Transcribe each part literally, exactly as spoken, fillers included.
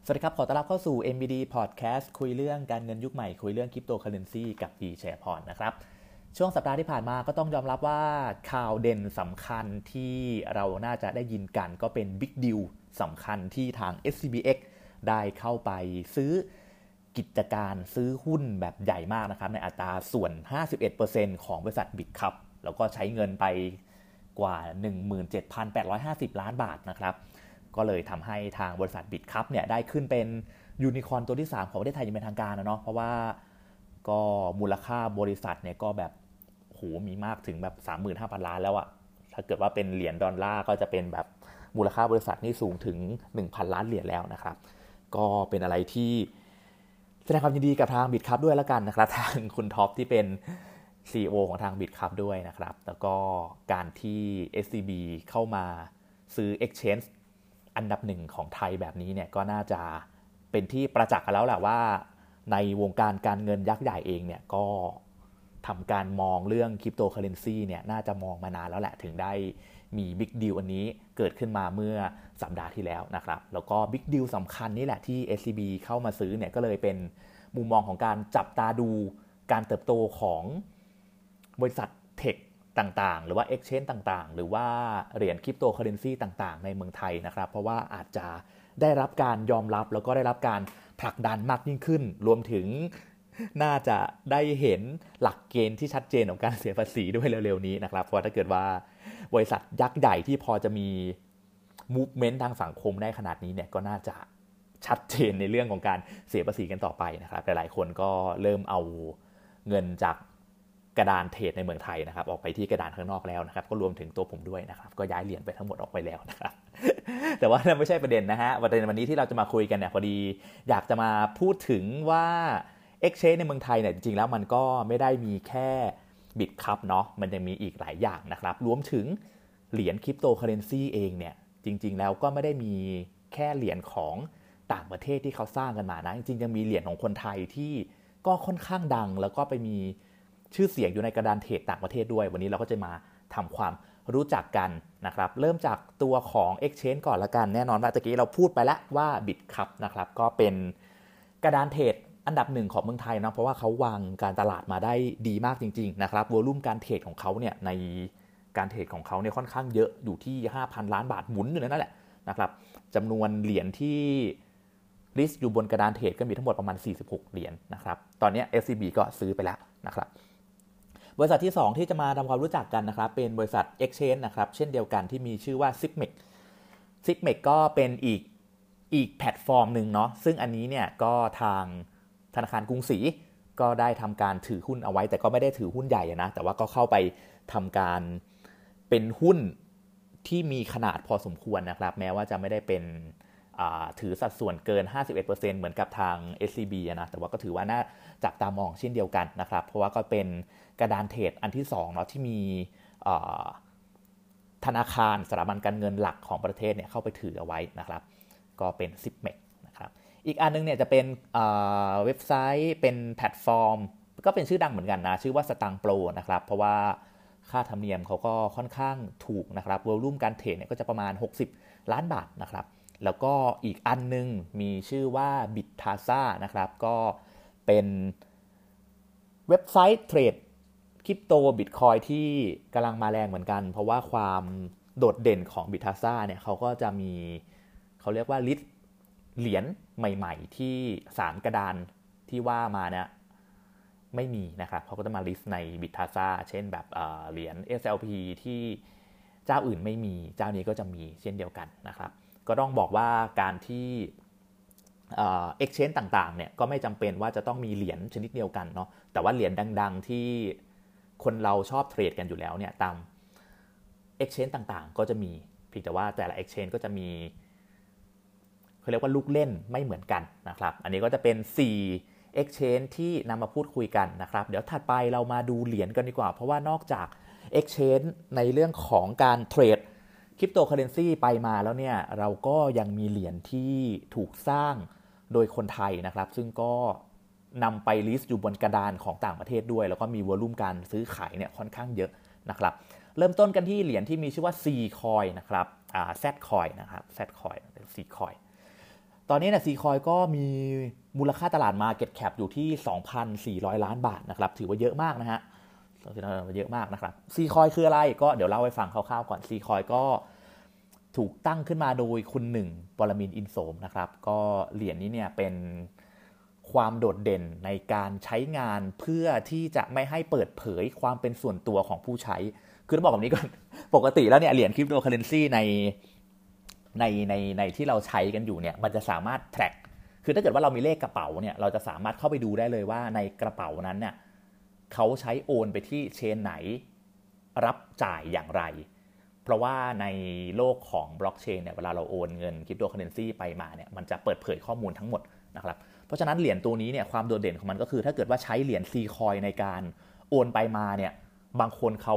สวัสดีครับขอต้อนรับเข้าสู่ เอ็ม บี ดี Podcast คุยเรื่องการเงินยุคใหม่คุยเรื่องคริปโตเคอเรนซีกับดีแชร์พอร์ตนะครับช่วงสัปดาห์ที่ผ่านมาก็ต้องยอมรับว่าข่าวเด่นสำคัญที่เราน่าจะได้ยินกันก็เป็น Big Deal สำคัญที่ทาง เอส ซี บี เอ็กซ์ ได้เข้าไปซื้อกิจการซื้อหุ้นแบบใหญ่มากนะครับในอัตราส่วน ห้าสิบเอ็ดเปอร์เซ็นต์ ของบริษัท BitCup แล้วก็ใช้เงินไปกว่า หนึ่งหมื่นเจ็ดพันแปดร้อยห้าสิบ ล้านบาทนะครับก็เลยทำให้ทางบริษัท BitCup เนี่ยได้ขึ้นเป็นยูนิคอร์นตัวที่สามของประเทศไทยยังเป็นทางการนะเนาะเพราะว่าก็มูลค่าบริษัทเนี่ยก็แบบโหมีมากถึงแบบ สามหมื่นห้าพัน ล้านแล้วอะถ้าเกิดว่าเป็นเหรียญดอลลาร์ก็จะเป็นแบบมูลค่าบริษัทนี่สูงถึง หนึ่งพัน ล้านเหรียญแล้วนะครับก็เป็นอะไรที่แสดงความยินดีกับทาง BitCup ด้วยแล้วกันนะครับทางคุณท็อปที่เป็น ซี อี โอ ของทาง BitCup ด้วยนะครับแล้วก็การที่ เอส ซี บี เข้ามาซื้อ Exchangeอันดับหนึ่งของไทยแบบนี้เนี่ยก็น่าจะเป็นที่ประจักษ์กันแล้วแหละว่าในวงการการเงินยักษ์ใหญ่เองเนี่ยก็ทำการมองเรื่องคริปโตเคอเรนซีเนี่ยน่าจะมองมานานแล้วแหละถึงได้มีบิ๊กดีลอันนี้เกิดขึ้นมาเมื่อสัปดาห์ที่แล้วนะครับแล้วก็บิ๊กดีลสำคัญนี่แหละที่ เอส ซี บี เข้ามาซื้อเนี่ยก็เลยเป็นมุมมองของการจับตาดูการเติบโตของบริษัทเทคต่างๆหรือว่า Exchange ต่างๆหรือว่าเหรียญคริปโตเคอเรนซีต่างๆในเมืองไทยนะครับเพราะว่าอาจจะได้รับการยอมรับแล้วก็ได้รับการผลักดันมากยิ่งขึ้นรวมถึงน่าจะได้เห็นหลักเกณฑ์ที่ชัดเจนของการเสียภาษีด้วยเร็วๆนี้นะครับเพราะถ้าเกิดว่าบริษัทยักษ์ใหญ่ที่พอจะมี movement ทางสังคมได้ขนาดนี้เนี่ยก็น่าจะชัดเจนในเรื่องของการเสียภาษีกันต่อไปนะครับหลายๆคนก็เริ่มเอาเงินจากกระดานเทรดในเมืองไทยนะครับออกไปที่กระดานข้างนอกแล้วนะครับก็รวมถึงตัวผมด้วยนะครับก็ย้ายเหรียญไปทั้งหมดออกไปแล้วนะครับ แต่ว่านั่นไม่ใช่ประเด็นนะฮะประเด็นวันนี้ที่เราจะมาคุยกันเนี่ยพอดีอยากจะมาพูดถึงว่า Exchange ในเมืองไทยเนี่ยจริงๆแล้วมันก็ไม่ได้มีแค่ BitCup เนาะมันยังมีอีกหลายอย่างนะครับรวมถึงเหรียญคริปโตเคอเรนซีเองเนี่ยจริงๆแล้วก็ไม่ได้มีแค่เหรียญของต่างประเทศที่เขาสร้างกันมานะจริงๆยังมีเหรียญของคนไทยที่ก็ค่อนข้างดังแล้วก็ไปมีชื่อเสียงอยู่ในกระดานเทรดต่างประเทศด้วยวันนี้เราก็จะมาทำความรู้จักกันนะครับเริ่มจากตัวของ Exchange ก่อนละกันแน่นอนว่าตะกี้เราพูดไปแล้วว่า BitCup นะครับก็เป็นกระดานเทรดอันดับหนึ่งของเมืองไทยนะเพราะว่าเขาวางการตลาดมาได้ดีมากจริงๆนะครับวอลุ่มการเทรดของเขาเนี่ยในการเทรดของเขาเนี่ยค่อนข้างเยอะอยู่ที่ ห้าพัน ล้านบาทหมุนอยู่นั่นแหละนะครับจำนวนเหรียญที่ลิสต์อยู่บนกระดานเทรดก็มีทั้งหมดประมาณสี่สิบหกเหรียญนะครับตอนนี้ เอส ซี บี ก็ซื้อไปแล้วนะครับบริษัทที่สองที่จะมาทำความรู้จักกันนะครับเป็นบริษัท Exchange นะครับเช่นเดียวกันที่มีชื่อว่า Sigmex Sigmex ก็เป็นอีกอีกแพลตฟอร์มหนึ่งเนาะซึ่งอันนี้เนี่ยก็ทางธนาคารกรุงศรีก็ได้ทำการถือหุ้นเอาไว้แต่ก็ไม่ได้ถือหุ้นใหญ่นะแต่ว่าก็เข้าไปทำการเป็นหุ้นที่มีขนาดพอสมควรนะครับแม้ว่าจะไม่ได้เป็นถือสัดส่วนเกิน ห้าสิบเอ็ดเปอร์เซ็นต์ เหมือนกับทาง เอส ซี บี นะแต่ว่าก็ถือว่าน่าจับตามองเช่นเดียวกันนะครับเพราะว่าก็เป็นกระดานเทรดอันที่สองเนาะที่มีธนาคารสถาบันการเงินหลักของประเทศเนี่ยเข้าไปถือเอาไว้นะครับก็เป็น Sigmex นะครับอีกอันนึงเนี่ยจะเป็นเว็บไซต์เป็นแพลตฟอร์มก็เป็นชื่อดังเหมือนกันนะชื่อว่าสตางค์โปรนะครับเพราะว่าค่าธรรมเนียมเขาก็ค่อนข้างถูกนะครับวอลุ่มการเทรดเนี่ยก็จะประมาณหกสิบล้านบาทนะครับแล้วก็อีกอันนึงมีชื่อว่า Bittasa นะครับก็เป็นเว็บไซต์เทรดคริปโตบิตคอยที่กำลังมาแรงเหมือนกันเพราะว่าความโดดเด่นของ Bittasa เนี่ยเขาก็จะมีเขาเรียกว่าลิสต์เหรียญใหม่ๆที่สามกระดานที่ว่ามาเนี่ยไม่มีนะครับเขาก็จะมาลิสต์ใน Bittasa เช่นแบบ เอ่อ เหรียญ เอส แอล พี ที่เจ้าอื่นไม่มีเจ้านี้ก็จะมีเช่นเดียวกันนะครับก็ต้องบอกว่าการที่เอ่อ exchange ต่างๆเนี่ยก็ไม่จำเป็นว่าจะต้องมีเหรียญชนิดเดียวกันเนาะแต่ว่าเหรียญดังๆที่คนเราชอบเทรดกันอยู่แล้วเนี่ยตาม exchange ต่างๆก็จะมีเพียงแต่ว่าแต่ละ exchange ก็จะมีเขาเรียกว่าลูกเล่นไม่เหมือนกันนะครับอันนี้ก็จะเป็นสี่ exchange ที่นำมาพูดคุยกันนะครับเดี๋ยวถัดไปเรามาดูเหรียญกันดีกว่าเพราะว่านอกจาก exchange ในเรื่องของการเทรดคริปโตเคอเรนซีไปมาแล้วเนี่ยเราก็ยังมีเหรียญที่ถูกสร้างโดยคนไทยนะครับซึ่งก็นำไปลิสต์อยู่บนกระดานของต่างประเทศด้วยแล้วก็มีวอลุ่มการซื้อขายเนี่ยค่อนข้างเยอะนะครับเริ่มต้นกันที่เหรียญที่มีชื่อว่า C Coin นะครับอ่า Z Coin นะครับ Z Coin C Coin ตอนนี้เนี่ยซีคอยก็มีมูลค่าตลาด Market Cap อยู่ที่ สองพันสี่ร้อย ล้านบาทนะครับถือว่าเยอะมากนะฮะเยอะมากนะครับซีคอยคืออะไรก็เดี๋ยวเล่าให้ฟังคร่าวๆก่อนซีคอยก็ถูกตั้งขึ้นมาโดยคุณหนึ่งปรมินทร์อินโสมนะครับก็เหรียญนี้เนี่ยเป็นความโดดเด่นในการใช้งานเพื่อที่จะไม่ให้เปิดเผยความเป็นส่วนตัวของผู้ใช้คือต้องบอกแบบนี้ก่อนปกติแล้วเนี่ยเหรียญคริปโตเคอเรนซีในในในในที่เราใช้กันอยู่เนี่ยมันจะสามารถ track คือถ้าเกิดว่าเรามีเลขกระเป๋าเนี่ยเราจะสามารถเข้าไปดูได้เลยว่าในกระเป๋านั้นเนี่ยเขาใช้โอนไปที่เชนไหนรับจ่ายอย่างไรเพราะว่าในโลกของบล็อกเชนเนี่ยเวลาเราโอนเงินคริปโตเคอเรนซีไปมาเนี่ยมันจะเปิดเผยข้อมูลทั้งหมดนะครับเพราะฉะนั้นเหรียญตัวนี้เนี่ยความโดดเด่นของมันก็คือถ้าเกิดว่าใช้เหรียญ C Coin ในการโอนไปมาเนี่ยบางคนเขา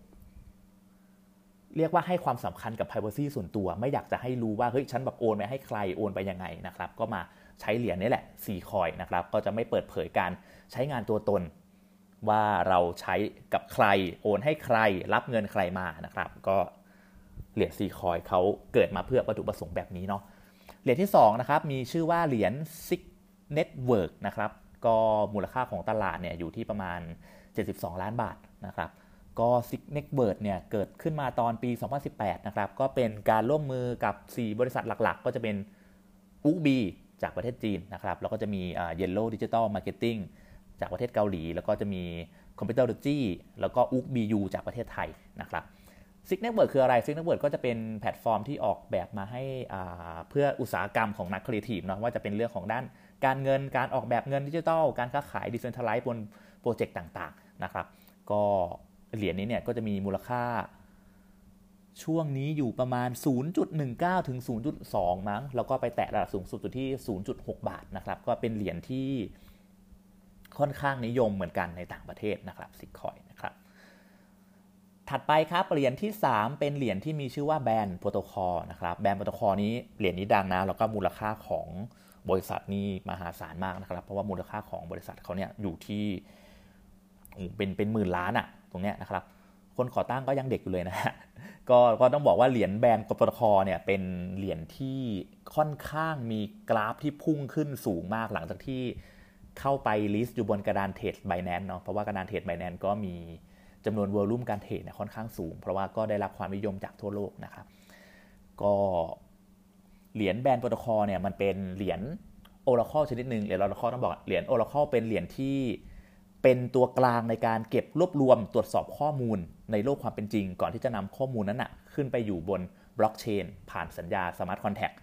เรียกว่าให้ความสำคัญกับ privacy ส่วนตัวไม่อยากจะให้รู้ว่าเฮ้ยฉันแบบโอนไปให้ใครโอนไปยังไงนะครับก็มาใช้เหรียญนี้แหละ C Coin นะครับก็จะไม่เปิดเผยการใช้งานตัวตนว่าเราใช้กับใครโอนให้ใครรับเงินใครมานะครับก็เหรียญ C Coin เขาเกิดมาเพื่อวัตถุประสงค์แบบนี้เนาะเหรียญที่สองนะครับมีชื่อว่าเหรียญ Six Network นะครับก็มูลค่าของตลาดเนี่ยอยู่ที่ประมาณเจ็ดสิบสองล้านบาทนะครับก็ Six Network เนี่ยเกิดขึ้นมาตอนปีสองพันสิบแปดนะครับก็เป็นการร่วมมือกับสี่บริษัทหลักๆก็จะเป็นอูบีจากประเทศจีนนะครับแล้วก็จะมี Yellow Digital Marketing จากประเทศเกาหลีแล้วก็จะมี Computerology แล้วก็ อู บี ยู จากประเทศไทยนะครับ Six Network คืออะไร Six Network ก็จะเป็นแพลตฟอร์มที่ออกแบบมาให้เพื่ออุตสาหกรรมของนักครีเอทีฟเนาะว่าจะเป็นเรื่องของด้านการเงินการออกแบบเงินดิจิทัลการค้าขาย Decentralized บนโปรเจกต์ต่างๆนะครับก็เหรียญนี้เนี่ยก็จะมีมูลค่าช่วงนี้อยู่ประมาณ ศูนย์จุดหนึ่งเก้า ถึง ศูนย์จุดสอง มั้งแล้วก็ไปแตะระดับสูงสุดอยู่ที่ ศูนย์จุดหก บาทนะครับก็เป็นเหรียญที่ค่อนข้างนิยมเหมือนกันในต่างประเทศนะครับซิกคอยนะครับถัดไปครับเหรียญที่สามเป็นเหรียญที่มีชื่อว่าแบนโปรโตคอลนะครับแบนโปรโตคอลนี้เหรียญนี้ดังนะแล้วก็มูลค่าของบริษัทนี่มหาศาลมากนะครับเพราะว่ามูลค่าของบริษัทเขาเนี่ยอยู่ที่เป็นเป็นหมื่นล้านอะตรงเนี้ยนะครับคนก่อตั้งก็ยังเด็กอยู่เลยนะฮะก็ก็ต้องบอกว่าเหรียญแบนโปรโตคอลเนี่ยเป็นเหรียญที่ค่อนข้างมีกราฟที่พุ่งขึ้นสูงมากหลังจากที่เข้าไปลิสต์อยู่บนกระดานเทรด Binance เนาะเพราะว่ากระดานเทรด Binance ก็มีจำนวนวอลลุ่มการเทรดเนี่ยค่อนข้างสูงเพราะว่าก็ได้รับความนิยมจากทั่วโลกนะครับก็เหรียญแบนโปรโตคอลเนี่ยมันเป็นเหรียญ Oracle ชนิดนึงเหรียญ Oracle ต้องบอกเหรียญ Oracle เป็นเหรียญที่เป็นตัวกลางในการเก็บรวบรวมตรวจสอบข้อมูลในโลกความเป็นจริงก่อนที่จะนำข้อมูลนั้นนะขึ้นไปอยู่บนบล็อกเชนผ่านสัญญา Smart Contract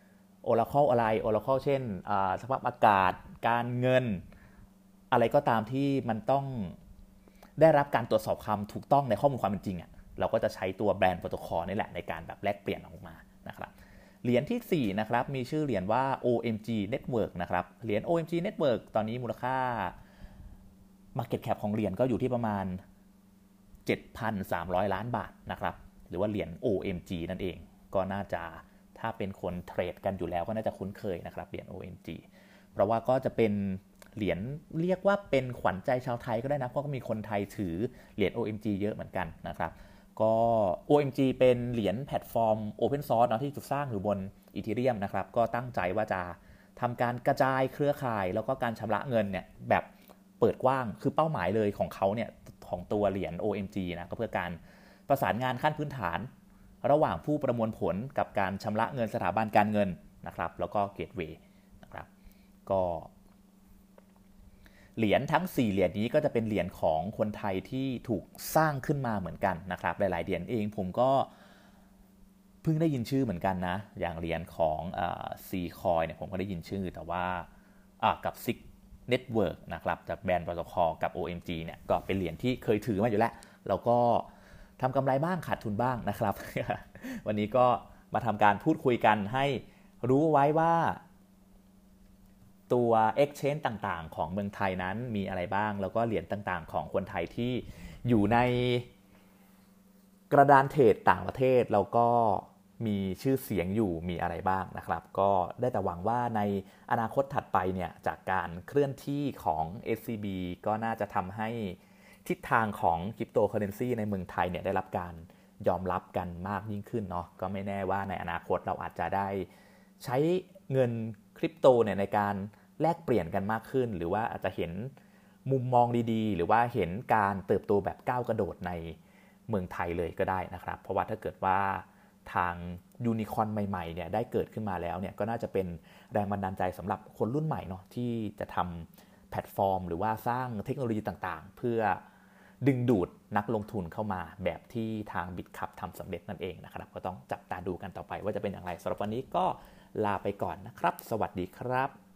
Oracle อะไร Oracle เช่นสภาพอากาศการเงินอะไรก็ตามที่มันต้องได้รับการตรวจสอบความถูกต้องในข้อมูลความเป็นจริงอ่ะเราก็จะใช้ตัวแบรนด์โปรโตคอลนี่แหละในการแบบแลกเปลี่ยนออกมานะครับเหรียญที่สี่นะครับมีชื่อเหรียญว่า โอ เอ็ม จี Network นะครับเหรียญ โอ เอ็ม จี Network ตอนนี้มูลค่า Market Cap ของเหรียญก็อยู่ที่ประมาณ เจ็ดพันสามร้อย ล้านบาทนะครับหรือว่าเหรียญ โอ เอ็ม จี นั่นเองก็น่าจะถ้าเป็นคนเทรดกันอยู่แล้วก็น่าจะคุ้นเคยนะครับเหรียญ โอ เอ็ม จี เพราะว่าก็จะเป็นเหรียญเรียกว่าเป็นขวัญใจชาวไทยก็ได้นะเพราะก็มีคนไทยถือเหรียญ โอ เอ็ม จี เยอะเหมือนกันนะครับก็ โอ เอ็ม จี เป็นเหรียญแพลตฟอร์ม Open Source เนาะที่ถูกสร้างอยู่บน Ethereum นะครับก็ตั้งใจว่าจะทำการกระจายเครือข่ายแล้วก็การชำระเงินเนี่ยแบบเปิดกว้างคือเป้าหมายเลยของเขาเนี่ยของตัวเหรียญ โอ เอ็ม จี นะก็เพื่อการประสานงานขั้นพื้นฐานระหว่างผู้ประมวลผลกับการชำระเงินสถาบันการเงินนะครับแล้วก็เกตเวย์นะครับก็เหรียญทั้งสี่เหรียญนี้ก็จะเป็นเหรียญของคนไทยที่ถูกสร้างขึ้นมาเหมือนกันนะครับหลายๆเหรียญเองผมก็เพิ่งได้ยินชื่อเหมือนกันนะอย่างเหรียญของเอ่อ C Coin เนี่ยผมก็ได้ยินชื่อแต่ว่าอ่ะกับ Six Network นะครับจากแบรนด์โปรโตคอลกับ โอ เอ็ม จี เนี่ยก็เป็นเหรียญที่เคยถือมาอยู่แล้วแล้วก็ทำกำไรบ้างขาดทุนบ้างนะครับ วันนี้ก็มาทำการพูดคุยกันให้รู้ไว้ว่าตัว Exchange ต่างๆของเมืองไทยนั้นมีอะไรบ้างแล้วก็เหรียญต่างๆของคนไทยที่อยู่ในกระดานเทรดต่างประเทศแล้วก็มีชื่อเสียงอยู่มีอะไรบ้างนะครับก็ได้แต่หวังว่าในอนาคตถัดไปเนี่ยจากการเคลื่อนที่ของ เอส ซี บี ก็น่าจะทำให้ทิศทางของคริปโตเคอเรนซีในเมืองไทยเนี่ยได้รับการยอมรับกันมากยิ่งขึ้นเนาะก็ไม่แน่ว่าในอนาคตเราอาจจะได้ใช้เงินคริปโตเนี่ยในการแลกเปลี่ยนกันมากขึ้นหรือว่าอาจจะเห็นมุมมองดีๆหรือว่าเห็นการเติบโตแบบก้าวกระโดดในเมืองไทยเลยก็ได้นะครับเพราะว่าถ้าเกิดว่าทางยูนิคอร์นใหม่ๆเนี่ยได้เกิดขึ้นมาแล้วเนี่ยก็น่าจะเป็นแรงบันดาลใจสำหรับคนรุ่นใหม่เนาะที่จะทำแพลตฟอร์มหรือว่าสร้างเทคโนโลยีต่างๆเพื่อดึงดูดนักลงทุนเข้ามาแบบที่ทาง BitCup ทำสำเร็จนั่นเองนะครับก็ต้องจับตาดูกันต่อไปว่าจะเป็นอย่างไรสำหรับวันนี้ก็ลาไปก่อนนะครับสวัสดีครับ